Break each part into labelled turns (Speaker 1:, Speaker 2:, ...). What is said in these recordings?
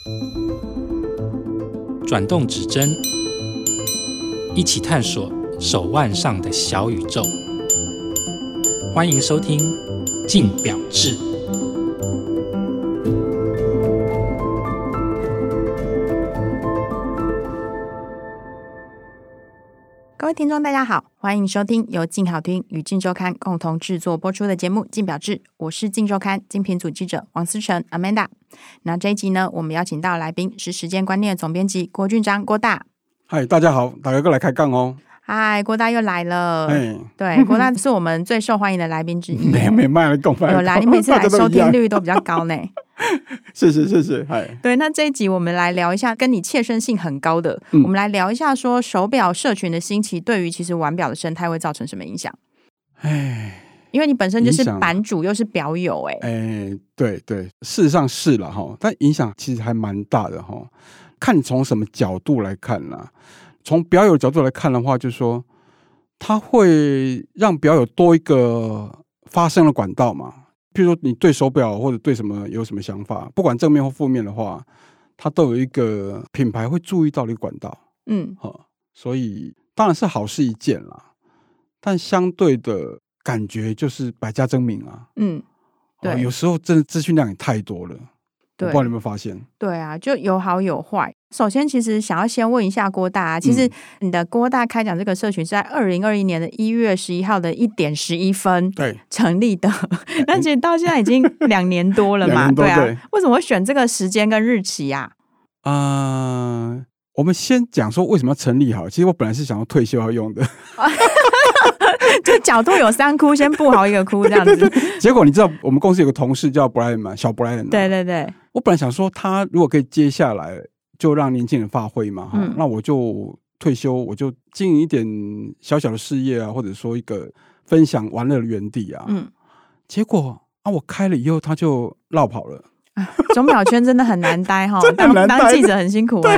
Speaker 1: 转动指针，一起探索手腕上的小宇宙。欢迎收听《镜表志》。
Speaker 2: 各位听众大家好，欢迎收听由镜好听与镜周刊共同制作播出的节目《镜表志》，我是镜周刊精品组记者王思成 Amanda。 那这一集呢，我们邀请到来宾是时间观念总编辑郭俊章郭大。
Speaker 3: 嗨，大家好，大家过来开杠哦。
Speaker 2: 嗨，郭大又来了。对，郭大是我们最受欢迎的来宾之一。
Speaker 3: 没卖了共卖，
Speaker 2: 有啦，你每次来收听率都比较高呢。
Speaker 3: 谢谢。
Speaker 2: 对，那这一集我们来聊一下跟你切身性很高的，我们来聊一下说手表社群的兴起对于其实玩表的生态会造成什么影响。因为你本身就是版主又是表友。
Speaker 3: 对，事实上是啦，但影响其实还蛮大的，看你从什么角度来看啦。从表友的角度来看的话，就是说它会让表友多一个发声的管道嘛。譬如说你对手表或者对什么有什么想法，不管正面或负面的话，它都有一个品牌会注意到的一个管道。所以当然是好事一件啦，但相对的感觉就是百家争鸣啊。对，有时候真的资讯量也太多了。我不知道你有没有发现。对
Speaker 2: 啊，就有好有坏。首先其实想要先问一下郭大，其实你的郭大开讲这个社群是在2021年的1月11号的1点11分
Speaker 3: 对
Speaker 2: 成立的，但其实到现在已经2年多了嘛。对啊，为什么会选这个时间跟日期啊？
Speaker 3: 我们先讲说为什么要成立好。其实我本来是想要退休要用的。
Speaker 2: 就角度有3窟，先布好一个窟这样子。
Speaker 3: 对，结果你知道我们公司有个同事叫 Brian 嘛，小 Brian。
Speaker 2: 对，
Speaker 3: 我本来想说他如果可以接下来就让年轻人发挥嘛，那我就退休，我就经营一点小小的事业啊，或者说一个分享玩乐的园地啊。结果我开了以后他就落跑了。
Speaker 2: 钟表圈真的很难待当记者很辛苦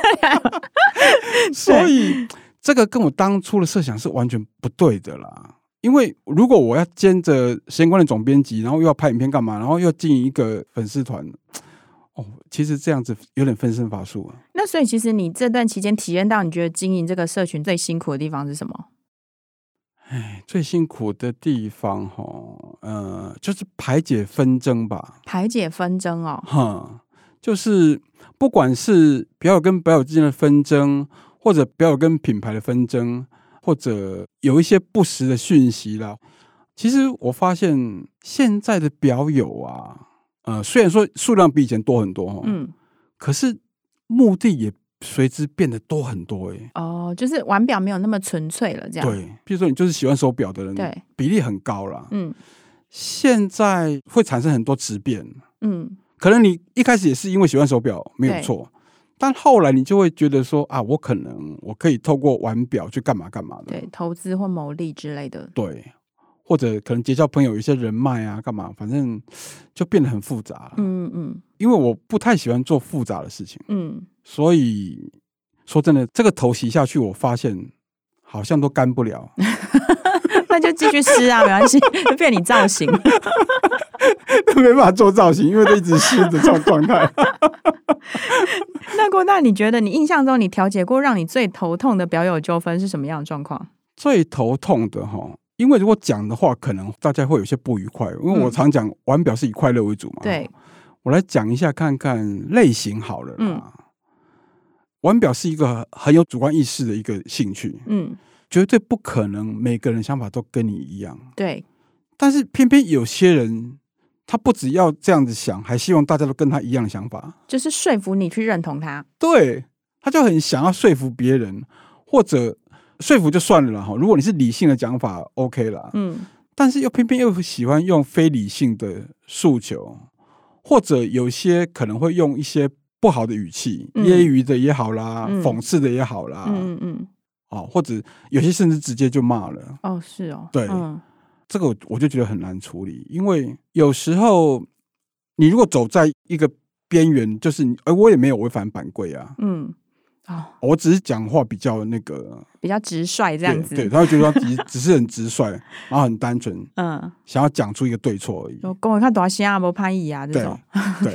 Speaker 3: 所以这个跟我当初的设想是完全不对的啦。因为如果我要兼着时间观念总编辑，然后又要拍影片干嘛，然后又要经营一个粉丝团，其实这样子有点分身乏术啊。
Speaker 2: 那所以其实你这段期间体验到你觉得经营这个社群最辛苦的地方是什么？
Speaker 3: 最辛苦的地方就是排解纷争吧。
Speaker 2: 排解纷争
Speaker 3: 就是不管是表友跟表友之间的纷争，或者表友跟品牌的纷争，或者有一些不实的讯息啦。其实我发现现在的表友啊，虽然说数量比以前多很多，可是目的也随之变得多很多。
Speaker 2: 就是玩表没有那么纯粹了，这样。
Speaker 3: 对，比如说你就是喜欢手表的人，
Speaker 2: 对，
Speaker 3: 比例很高啦。现在会产生很多质变。可能你一开始也是因为喜欢手表没有错，但后来你就会觉得说我可以透过玩表去干嘛干嘛的。
Speaker 2: 对，投资或牟利之类的。
Speaker 3: 对，或者可能结交朋友有一些人脉啊干嘛，反正就变得很复杂了。因为我不太喜欢做复杂的事情。所以说真的，这个头洗下去，我发现好像都干不了。
Speaker 2: 那就继续湿啊，没关系，就变你造型。
Speaker 3: 没办法做造型，因为都一直湿的状态。
Speaker 2: 那郭大，你觉得你印象中你调解过让你最头痛的表友纠纷是什么样的状况？
Speaker 3: 最头痛的因为如果讲的话，可能大家会有些不愉快，因为我常讲玩表是以快乐为主嘛。
Speaker 2: 对，
Speaker 3: 我来讲一下看看类型好了啦。玩表是一个很有主观意识的一个兴趣。绝对不可能每个人想法都跟你一样。
Speaker 2: 对，
Speaker 3: 但是偏偏有些人他不只要这样子想，还希望大家都跟他一样的想法，
Speaker 2: 就是说服你去认同他。
Speaker 3: 对，他就很想要说服别人，或者说服就算了啦，如果你是理性的讲法 OK 啦。但是又偏偏又喜欢用非理性的诉求，或者有些可能会用一些不好的语气，揶揄的也好啦，讽刺的也好啦。或者有些甚至直接就骂了。
Speaker 2: 是
Speaker 3: 对，这个我就觉得很难处理，因为有时候你如果走在一个边缘，就是我也没有违反版规啊。我只是讲话比较
Speaker 2: 比较直率这样子。
Speaker 3: 对，他会觉得他只是很直率，然后很单纯，想要讲出一个对错而已。
Speaker 2: 跟我看大声啊，没拍意啊这种。
Speaker 3: 对，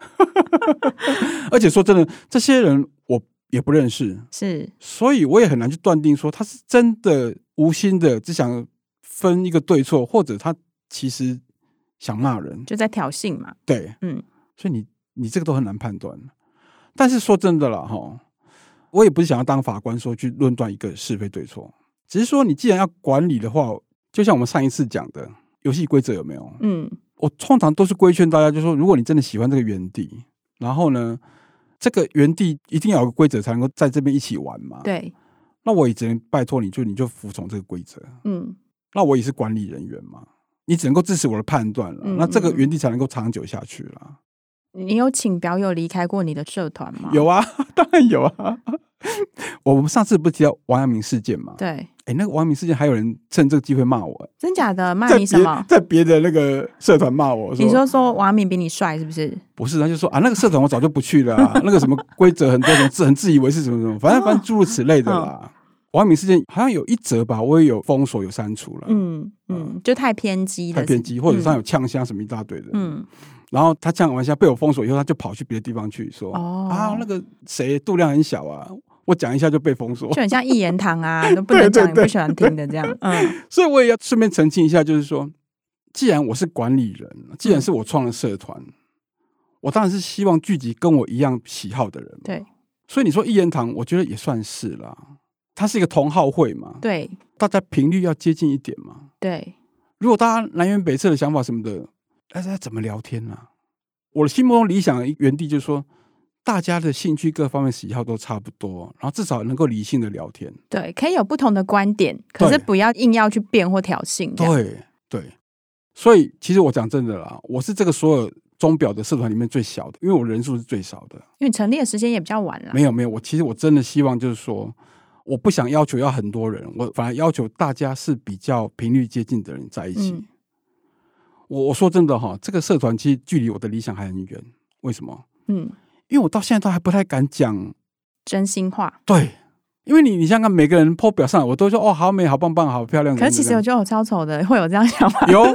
Speaker 3: 而且说真的，这些人我也不认识，
Speaker 2: 是，
Speaker 3: 所以我也很难去断定说他是真的无心的只想分一个对错，或者他其实想骂人，
Speaker 2: 就在挑衅嘛。
Speaker 3: 对，所以你这个都很难判断。但是说真的啦齁，我也不是想要当法官说去论断一个是非对错，只是说你既然要管理的话，就像我们上一次讲的游戏规则有没有？我通常都是规劝大家，就是说如果你真的喜欢这个园地，然后呢这个园地一定要有个规则才能够在这边一起玩嘛。
Speaker 2: 对，
Speaker 3: 那我也只能拜托你就服从这个规则。那我也是管理人员嘛，你只能够支持我的判断了，那这个园地才能够长久下去啦。
Speaker 2: 你有请表友离开过你的社团吗？
Speaker 3: 有啊，当然有啊。我们上次不是提到王阳明事件嘛？
Speaker 2: 对，
Speaker 3: 那个王阳明事件还有人趁这个机会骂我。
Speaker 2: 真假的？骂你什么？
Speaker 3: 在别的那个社团骂我说，
Speaker 2: 你说王阳明比你帅是不是？
Speaker 3: 不是，他就说啊，那个社团我早就不去了啊，那个什么规则很多，很自以为是什么什么，反正诸如此类的啦。王阳明事件好像有一则吧，我也有封锁有删除了。
Speaker 2: 就太偏激的，
Speaker 3: 太偏激，或者他有呛虾什么一大堆的。然后他呛完虾被我封锁以后，他就跑去别的地方去说，那个谁度量很小啊，我讲一下就被封锁，
Speaker 2: 就很像一言堂啊，都不能讲你不喜欢听的这样。
Speaker 3: 所以我也要顺便澄清一下，就是说，既然我是管理人，既然是我创了社团，我当然是希望聚集跟我一样喜好的人嘛。
Speaker 2: 对，
Speaker 3: 所以你说一言堂，我觉得也算是啦。它是一个同好会嘛，
Speaker 2: 对，
Speaker 3: 大家频率要接近一点嘛。
Speaker 2: 对，
Speaker 3: 如果大家南辕北辙的想法什么的，大家怎么聊天啊？我的心目中理想的原地就是说，大家的兴趣各方面喜好都差不多，然后至少能够理性的聊天。
Speaker 2: 对，可以有不同的观点，可是不要硬要去辩或挑衅。
Speaker 3: 对，所以其实我讲真的啦，我是这个所有钟表的社团里面最小的，因为我人数是最少的。
Speaker 2: 因为成立的时间也比较晚了。
Speaker 3: 没有，其实我真的希望就是说，我不想要求要很多人，我反而要求大家是比较频率接近的人在一起。我说真的哈，这个社团其实距离我的理想还很远。为什么？因为我到现在都还不太敢讲
Speaker 2: 真心话。
Speaker 3: 对，因为你想看每个人 po 表上来，我都说好美、好棒棒、好漂亮。
Speaker 2: 可是其实我觉得我超丑的，会有这样想法？
Speaker 3: 有，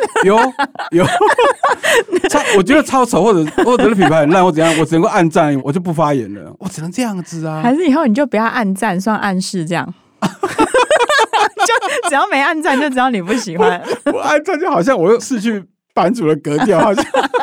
Speaker 3: 我觉得超丑，或者是品牌很烂，或怎样，我只能够按赞，我就不发言了，我只能这样子啊。
Speaker 2: 还是以后你就不要按赞，算暗示这样。就只要没按赞，就知道你不喜欢。
Speaker 3: 我按赞就好像我又失去版主的格调，好像。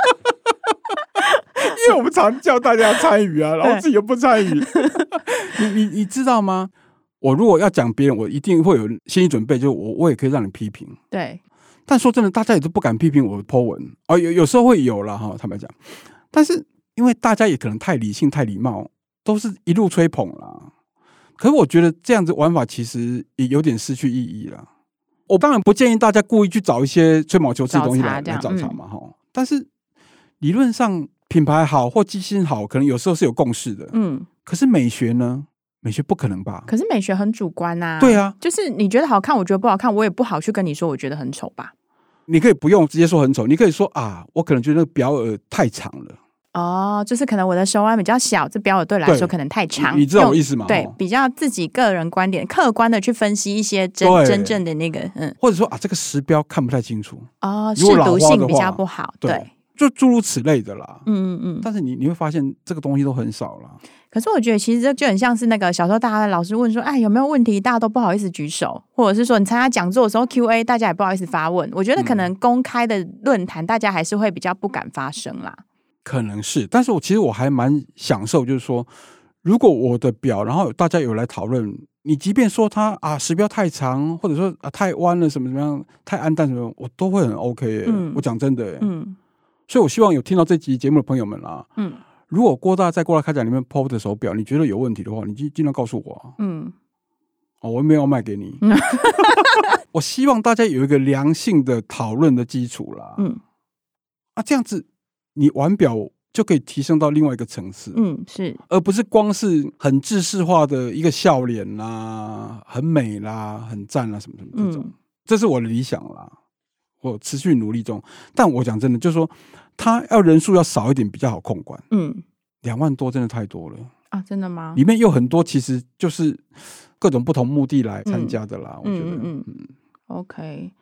Speaker 3: 因为我们常叫大家参与啊，然后自己又不参与。你知道吗？我如果要讲别人，我一定会有心理准备，就我也可以让你批评。
Speaker 2: 对。
Speaker 3: 但说真的，大家也都不敢批评我的 po 文哦，有时候会有啦哈，坦白讲。但是因为大家也可能太理性、太礼貌，都是一路吹捧啦。可是我觉得这样子玩法其实也有点失去意义了。我当然不建议大家故意去找一些吹毛求疵的东西来找茬嘛哈。但是理论上品牌好或机芯好，可能有时候是有共识的。可是美学呢？美学不可能吧？
Speaker 2: 可是美学很主观啊。
Speaker 3: 对啊，
Speaker 2: 就是你觉得好看，我觉得不好看，我也不好去跟你说我觉得很丑吧。
Speaker 3: 你可以不用直接说很丑，你可以说我可能觉得那个表耳太长了。
Speaker 2: 就是可能我的手腕比较小，这表耳对我来说可能太长。
Speaker 3: 你知道我意思吗？
Speaker 2: 对，比较自己个人观点，客观的去分析一些真正的那个，
Speaker 3: 或者说这个时标看不太清楚，
Speaker 2: 视读性比较不好，对，
Speaker 3: 就诸如此类的啦。但是你会发现这个东西都很少啦。
Speaker 2: 可是我觉得其实这就很像是那个小时候大家的老师问说，有没有问题，大家都不好意思举手，或者是说你参加讲座的时候 QA， 大家也不好意思发问。我觉得可能公开的论坛，大家还是会比较不敢发声啦。
Speaker 3: 可能是，但是其实我还蛮享受，就是说，如果我的表，然后大家有来讨论，你即便说它时标太长，或者说太弯了什么样，太暗淡什么，我都会很 OK 我讲真的所以我希望有听到这集节目的朋友们啦，如果郭大在过来开讲里面 PO 的手表，你觉得有问题的话，你尽量告诉我我没有要卖给你。我希望大家有一个良性的讨论的基础啦。这样子你玩表就可以提升到另外一个层次。
Speaker 2: 是，
Speaker 3: 而不是光是很制式化的一个笑脸啦，很美啦，很赞啦，什么什么这种，这是我的理想啦。我持续努力中，但我讲真的，就是说，他要人数要少一点比较好控管。2万多真的太多了
Speaker 2: 啊！真的吗？
Speaker 3: 里面有很多其实就是各种不同目的来参加的啦。我觉得，
Speaker 2: OK。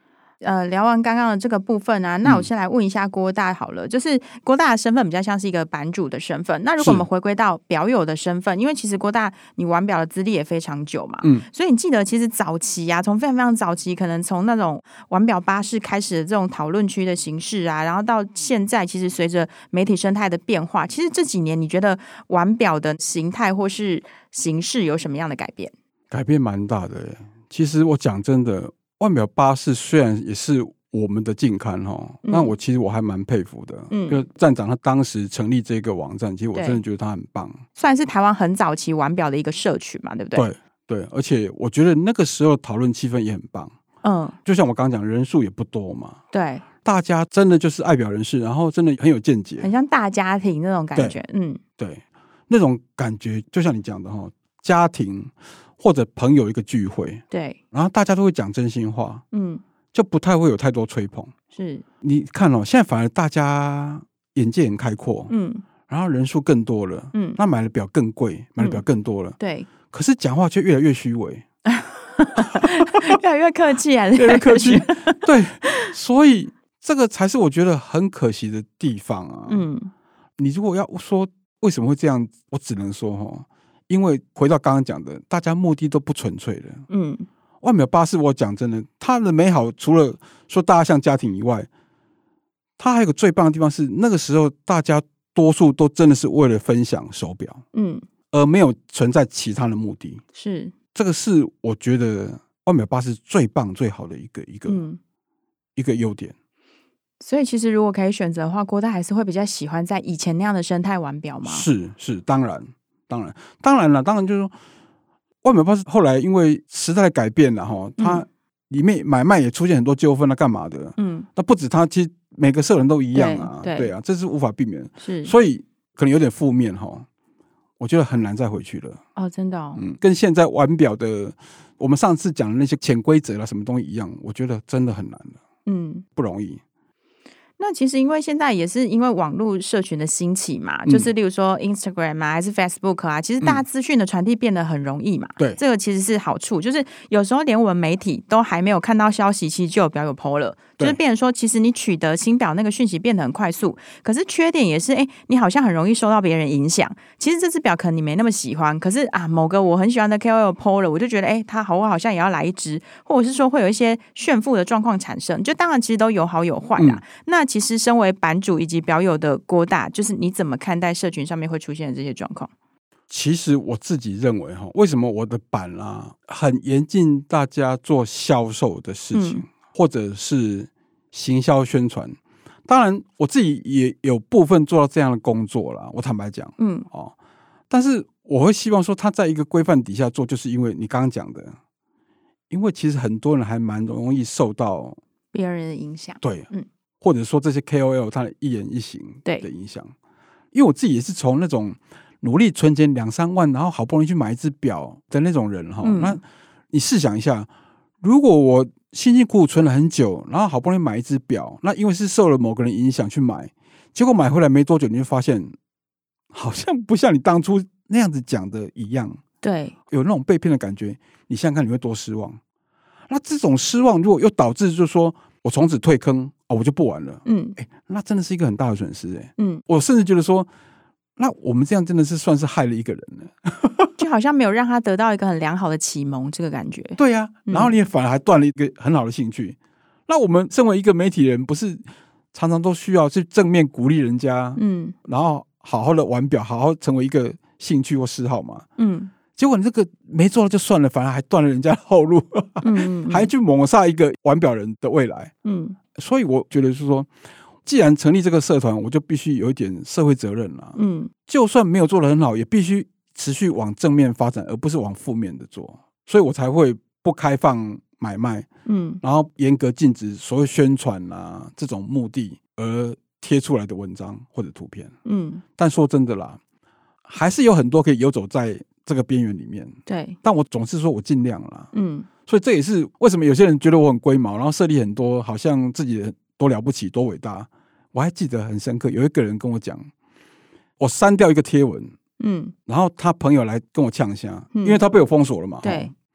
Speaker 2: 聊完刚刚的这个部分啊，那我先来问一下郭大好了，就是郭大的身份比较像是一个版主的身份。那如果我们回归到表友的身份，因为其实郭大你玩表的资历也非常久嘛，所以你记得其实早期啊，从非常非常早期，可能从那种玩表巴士开始的这种讨论区的形式啊，然后到现在，其实随着媒体生态的变化，其实这几年你觉得玩表的形态或是形式有什么样的改变？
Speaker 3: 改变蛮大的耶。其实我讲真的，腕表巴士虽然也是我们的近刊那其实我还蛮佩服的。就站长他当时成立这个网站，其实我真的觉得他很棒，
Speaker 2: 算是台湾很早期玩表的一个社群嘛，对不对？
Speaker 3: 对，而且我觉得那个时候讨论气氛也很棒。就像我刚刚讲，人数也不多嘛，
Speaker 2: 对，
Speaker 3: 大家真的就是爱表人士，然后真的很有见解，
Speaker 2: 很像大家庭那种感觉。
Speaker 3: 对，那种感觉就像你讲的家庭或者朋友一个聚会，
Speaker 2: 对，
Speaker 3: 然后大家都会讲真心话，就不太会有太多吹捧。
Speaker 2: 是，
Speaker 3: 你看现在反而大家眼界很开阔，然后人数更多了，那买的表更贵，买的表更多了，
Speaker 2: 对，
Speaker 3: 可是讲话却越来越虚伪，
Speaker 2: 越来越客气啊，
Speaker 3: 越来越客气，对，所以这个才是我觉得很可惜的地方啊。你如果要说为什么会这样，我只能说因为回到刚刚讲的，大家目的都不纯粹的。腕表巴士，我讲真的，它的美好除了说大家像家庭以外，它还有一个最棒的地方是，那个时候大家多数都真的是为了分享手表，而没有存在其他的目的。
Speaker 2: 是，
Speaker 3: 这个是我觉得腕表巴士最棒最好的一个优点。
Speaker 2: 所以其实如果可以选择的话，郭大还是会比较喜欢在以前那样的生态玩表吗？
Speaker 3: 是，当然了，当然就是说，腕表巴士后来因为时代改变了它里面买卖也出现很多纠纷干嘛的，那不止它，其实每个社人都一样啊，对啊，这是无法避免，
Speaker 2: 是，
Speaker 3: 所以可能有点负面我觉得很难再回去了。
Speaker 2: 真的
Speaker 3: 跟现在玩表的我们上次讲的那些潜规则啦什么东西一样，我觉得真的很难了，不容易。
Speaker 2: 那其实因为现在也是因为网络社群的兴起嘛，就是例如说 Instagram 啊还是 Facebook 啊，其实大家资讯的传递变得很容易嘛，
Speaker 3: 对，
Speaker 2: 这个其实是好处，就是有时候连我们媒体都还没有看到消息，其实就有表有 po 了，就是变成说其实你取得新表那个讯息变得很快速，可是缺点也是你好像很容易受到别人影响，其实这只表可能你没那么喜欢，可是某个我很喜欢的 KOL po 了，我就觉得我好像也要来一支，或者是说会有一些炫富的状况产生，就当然其实都有好有坏啦。那其实身为版主以及表友的郭大，就是你怎么看待社群上面会出现的这些状况？
Speaker 3: 其实我自己认为为什么我的版很严禁大家做销售的事情，或者是行销宣传，当然我自己也有部分做到这样的工作啦，我坦白讲但是我会希望说他在一个规范底下做，就是因为你刚刚讲的，因为其实很多人还蛮容易受到
Speaker 2: 别人的影响，
Speaker 3: 对，或者说这些 KOL 他的一言一行的影响。因为我自己也是从那种努力存钱2-3万，然后好不容易去买一只表的那种人那你试想一下，如果我辛辛苦苦存了很久，然后好不容易买一只表，那因为是受了某个人影响去买，结果买回来没多久，你就发现好像不像你当初那样子讲的一样，
Speaker 2: 对，
Speaker 3: 有那种被骗的感觉，你想想看你会多失望。那这种失望如果又导致就是说我从此退坑我就不玩了，那真的是一个很大的损失我甚至觉得说，那我们这样真的是算是害了一个人了，
Speaker 2: 就好像没有让他得到一个很良好的启蒙，这个感觉。
Speaker 3: 对啊，然后你也反而还断了一个很好的兴趣。那我们身为一个媒体人，不是常常都需要去正面鼓励人家，然后好好的玩表，好好成为一个兴趣或嗜好嘛？结果你这个没做到就算了，反而还断了人家的后路，还去抹杀一个玩表人的未来。所以我觉得是说，既然成立这个社团，我就必须有一点社会责任啦。就算没有做得很好，也必须持续往正面发展，而不是往负面的做。所以我才会不开放买卖，然后严格禁止所谓宣传这种目的而贴出来的文章或者图片。但说真的啦，还是有很多可以游走在这个边缘里面。
Speaker 2: 对，
Speaker 3: 但我总是说我尽量啦。所以这也是为什么有些人觉得我很龟毛，然后设立很多好像自己多了不起多伟大。我还记得很深刻，有一个人跟我讲，我删掉一个贴文，然后他朋友来跟我呛一下，因为他被我封锁了嘛。
Speaker 2: 对，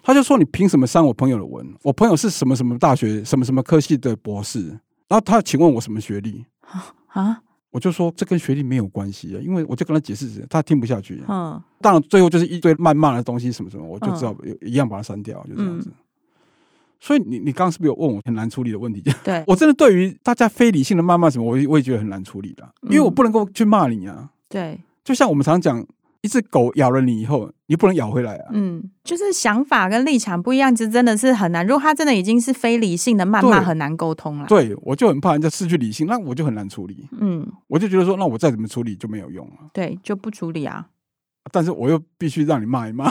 Speaker 3: 他就说你凭什么删我朋友的文？我朋友是什么什么大学什么什么科系的博士，然后他请问我什么学历
Speaker 2: 啊？
Speaker 3: 我就说这跟学历没有关系啊，因为我就跟他解释，他听不下去。当然最后就是一堆谩骂的东西什么什么，我就知道一样把它删掉，就这样子。所以你刚刚是不是有问我很难处理的问题？
Speaker 2: 对，
Speaker 3: 我真的对于大家非理性的谩骂什么，我也觉得很难处理的，因为我不能够去骂你啊。
Speaker 2: 对，
Speaker 3: 就像我们常讲，一只狗咬了你以后，你不能咬回来啊。
Speaker 2: 就是想法跟立场不一样，就真的是很难。如果他真的已经是非理性的谩骂，很难沟通了。
Speaker 3: 对，我就很怕人家失去理性，那我就很难处理。我就觉得说，那我再怎么处理就没有用了。
Speaker 2: 对，就不处理啊。
Speaker 3: 但是我又必须让你骂一骂。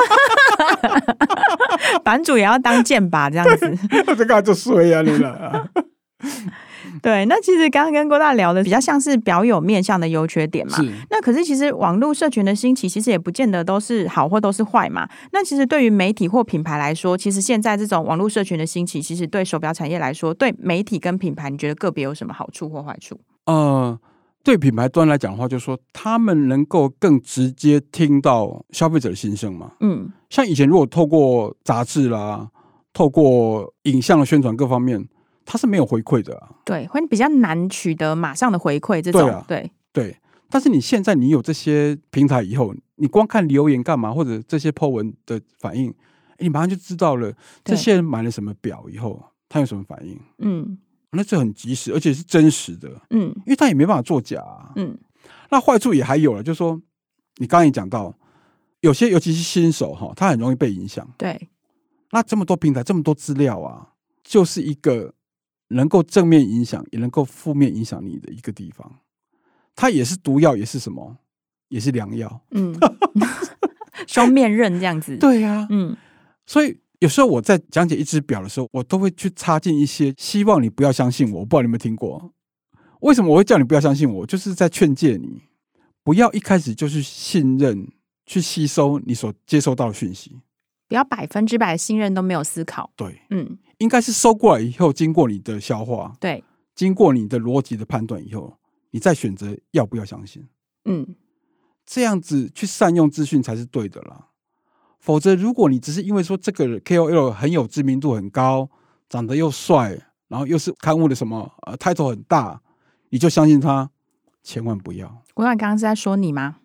Speaker 2: 版主也要当剑拔这样子，
Speaker 3: 这个就衰啊你了。
Speaker 2: 对，那其实刚刚跟郭大聊的比较像是表友面向的优缺点嘛。那可是其实网络社群的兴起，其实也不见得都是好或都是坏嘛。那其实对于媒体或品牌来说，其实现在这种网络社群的兴起，其实对手表产业来说，对媒体跟品牌，你觉得个别有什么好处或坏处？
Speaker 3: 对品牌端来讲的话，就是说他们能够更直接听到消费者的心声嘛。像以前如果透过杂志啦，透过影像的宣传各方面，它是没有回馈的啊。
Speaker 2: 对，会比较难取得马上的回馈这种。
Speaker 3: 对。但是你现在你有这些平台以后，你光看留言干嘛，或者这些 po 文的反应，你马上就知道了这些人买了什么表以后他有什么反应。那这很及时，而且是真实的。因为他也没办法作假啊。那坏处也还有了，就是说你刚刚也讲到，有些尤其是新手他很容易被影响。
Speaker 2: 对。
Speaker 3: 那这么多平台，这么多资料啊，就是一个能够正面影响，也能够负面影响你的一个地方。它也是毒药，也是什么，也是良药。
Speaker 2: 双面刃这样子。
Speaker 3: 对啊。所以有时候我在讲解一只表的时候，我都会去插进一些希望你不要相信我。我不知道你有没有听过？为什么我会叫你不要相信我？就是在劝诫你，不要一开始就去信任、去吸收你所接收到的讯息，
Speaker 2: 不要100%的信任都没有思考。
Speaker 3: 对，应该是收过来以后，经过你的消化，
Speaker 2: 对，
Speaker 3: 经过你的逻辑的判断以后，你再选择要不要相信。这样子去善用资讯才是对的啦。否则如果你只是因为说这个 KOL 很有知名度很高，长得又帅，然后又是刊物的什么title 很大，你就相信他，千万不要。
Speaker 2: 我刚刚是在说你吗？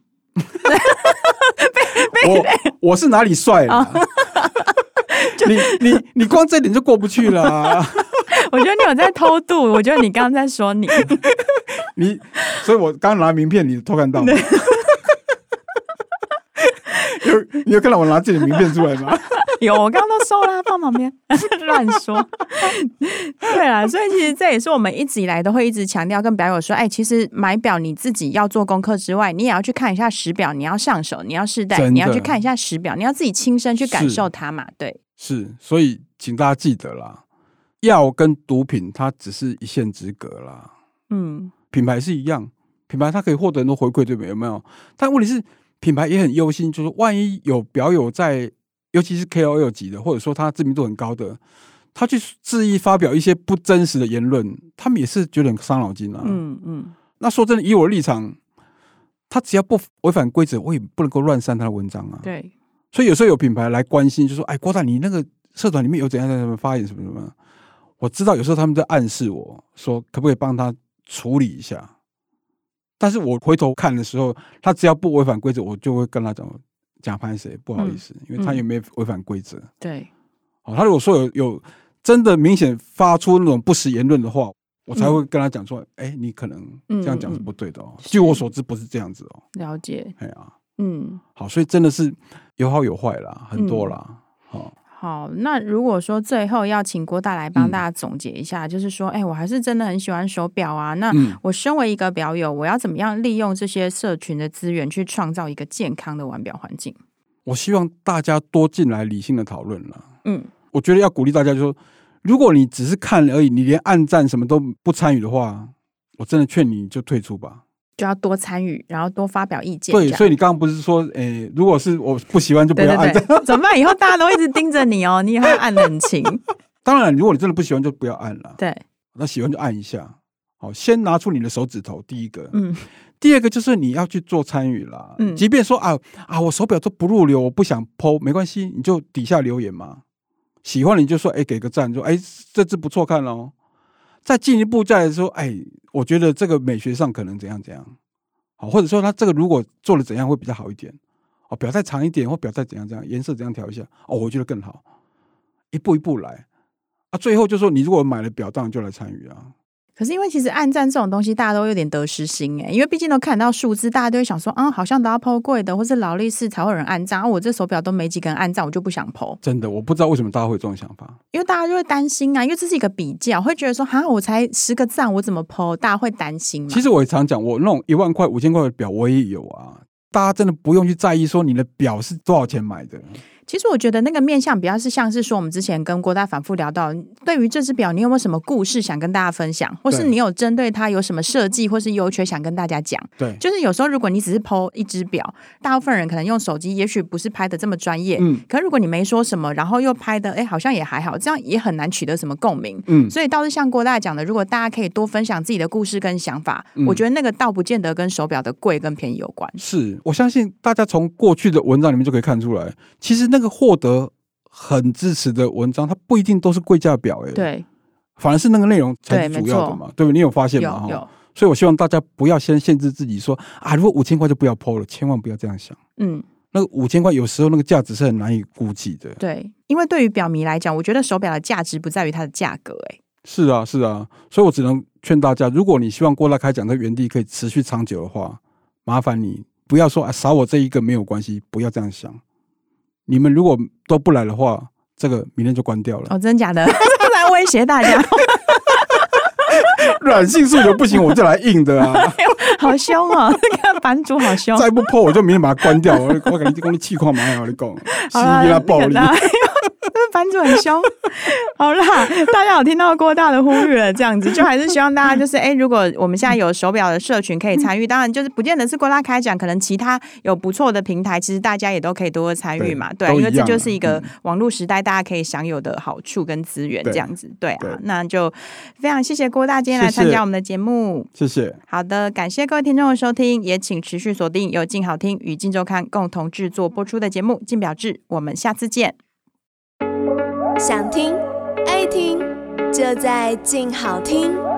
Speaker 3: 我是哪里帅了？你光这点就过不去了啊。
Speaker 2: 我觉得你有在偷渡，我觉得你刚刚在说你。
Speaker 3: 所以我刚拿名片，你偷看到吗？你有看到我拿自己的名片出来吗？
Speaker 2: 有，我刚刚都收了，放旁边。乱说。对啦，所以其实这也是我们一直以来都会一直强调跟表友说，其实买表你自己要做功课之外，你也要去看一下实表，你要上手，你要试戴，你要去看一下实表，你要自己亲身去感受它嘛。对，是，
Speaker 3: 所以请大家记得啦，药跟毒品它只是一线之隔啦。品牌是一样，品牌它可以获得很多回馈，对不对？有没有？但问题是品牌也很忧心，就是万一有表友在，尤其是 KOL 级的，或者说他知名度很高的，他去恣意发表一些不真实的言论，他们也是觉得很伤脑筋啊。那说真的，以我的立场，他只要不违反规则，我也不能够乱删他的文章啊。
Speaker 2: 对，
Speaker 3: 所以有时候有品牌来关心，就说：“郭大，你那个社团里面有怎样怎样发言什么什么。”我知道有时候他们在暗示我说，可不可以帮他处理一下？但是我回头看的时候，他只要不违反规则，我就会跟他讲拍谁，不好意思，因为他也没违反规则。
Speaker 2: 对，
Speaker 3: 他如果说有真的明显发出那种不实言论的话，我才会跟他讲说，你可能这样讲是不对的哦。据我所知，不是这样子哦。
Speaker 2: 了解。
Speaker 3: 好，所以真的是有好有坏啦，很多啦。
Speaker 2: 好，那如果说最后要请郭大来帮大家总结一下，就是说，我还是真的很喜欢手表啊。那我身为一个表友，我要怎么样利用这些社群的资源去创造一个健康的玩表环境？
Speaker 3: 我希望大家多进来理性的讨论了。我觉得要鼓励大家，就是说，如果你只是看而已，你连按赞什么都不参与的话，我真的劝你就退出吧。
Speaker 2: 就要多参与，然后多发表意见。
Speaker 3: 对，所以你刚刚不是说，如果是我不喜欢就不要按赞，
Speaker 2: 对怎么办？以后大家都一直盯着你哦，你以后要按得很勤。
Speaker 3: 当然，如果你真的不喜欢就不要按了。
Speaker 2: 对，
Speaker 3: 那喜欢就按一下。好，先拿出你的手指头，第一个。 第二个就是你要去做参与啦，即便说我手表都不入流，我不想 po， 没关系，你就底下留言嘛，喜欢你就说给个赞，说这只不错看哦，再进一步再说我觉得这个美学上可能怎样怎样，或者说他这个如果做的怎样会比较好一点，表再长一点或表再怎样怎样，颜色怎样调一下，我觉得更好，一步一步来最后就说你如果买了表当然就来参与啊。
Speaker 2: 可是因为其实按赞这种东西大家都有点得失心因为毕竟都看到数字，大家都会想说好像都要 po 贵的或是劳力士才会有人按赞我这手表都没几个人按赞，我就不想 po。
Speaker 3: 真的我不知道为什么大家会有这种想法，
Speaker 2: 因为大家就会担心因为这是一个比较，会觉得说我才10个赞我怎么 po， 大家会担心嘛。
Speaker 3: 其实我也常讲，我那种1万块5000块的表我也有啊，大家真的不用去在意说你的表是多少钱买的。
Speaker 2: 其实我觉得那个面向比较是像是说我们之前跟郭大反复聊到，对于这只表你有没有什么故事想跟大家分享，或是你有针对它有什么设计或是优缺想跟大家讲。
Speaker 3: 对，
Speaker 2: 就是有时候如果你只是 po 一只表，大部分人可能用手机也许不是拍的这么专业，可是如果你没说什么然后又拍的好像也还好，这样也很难取得什么共鸣。所以倒是像郭大讲的，如果大家可以多分享自己的故事跟想法，我觉得那个倒不见得跟手表的贵跟便宜有关。
Speaker 3: 是，我相信大家从过去的文章里面就可以看出来，其实那个获得很支持的文章它不一定都是贵价表
Speaker 2: 对，
Speaker 3: 反而是那个内容才是主要的嘛，对不对？你有发现吗？
Speaker 2: 有。
Speaker 3: 所以我希望大家不要先限制自己说如果5000块就不要 po 了，千万不要这样想。那个5000块有时候那个价值是很难以估计的。
Speaker 2: 对，因为对于表迷来讲，我觉得手表的价值不在于它的价格
Speaker 3: 是啊，所以我只能劝大家，如果你希望郭大开讲在原地可以持续长久的话，麻烦你不要说少我这一个没有关系，不要这样想。你们如果都不来的话，这个明天就关掉了。
Speaker 2: 真假的？来威胁大家。
Speaker 3: 软性诉求不行，我就来硬的啊！
Speaker 2: 好凶哦，那个版主好凶。
Speaker 3: 再不破我就明天把它关掉。我给你气矿蛮好，你讲，是他暴力。
Speaker 2: 版主很凶。好啦，大家有听到郭大的呼吁了，这样子就还是希望大家就是如果我们现在有手表的社群可以参与，当然就是不见得是郭大开讲，可能其他有不错的平台，其实大家也都可以多多参与嘛。对，因为这就是一个网络时代大家可以享有的好处跟资源，这样子。对啊，那就非常谢谢郭大今天来参加我们的节目，
Speaker 3: 谢谢。
Speaker 2: 好的，感谢各位听众的收听，也请持续锁定由静好听与静周刊共同制作播出的节目《静表志》，我们下次见。
Speaker 4: 想听爱听，就在静好听。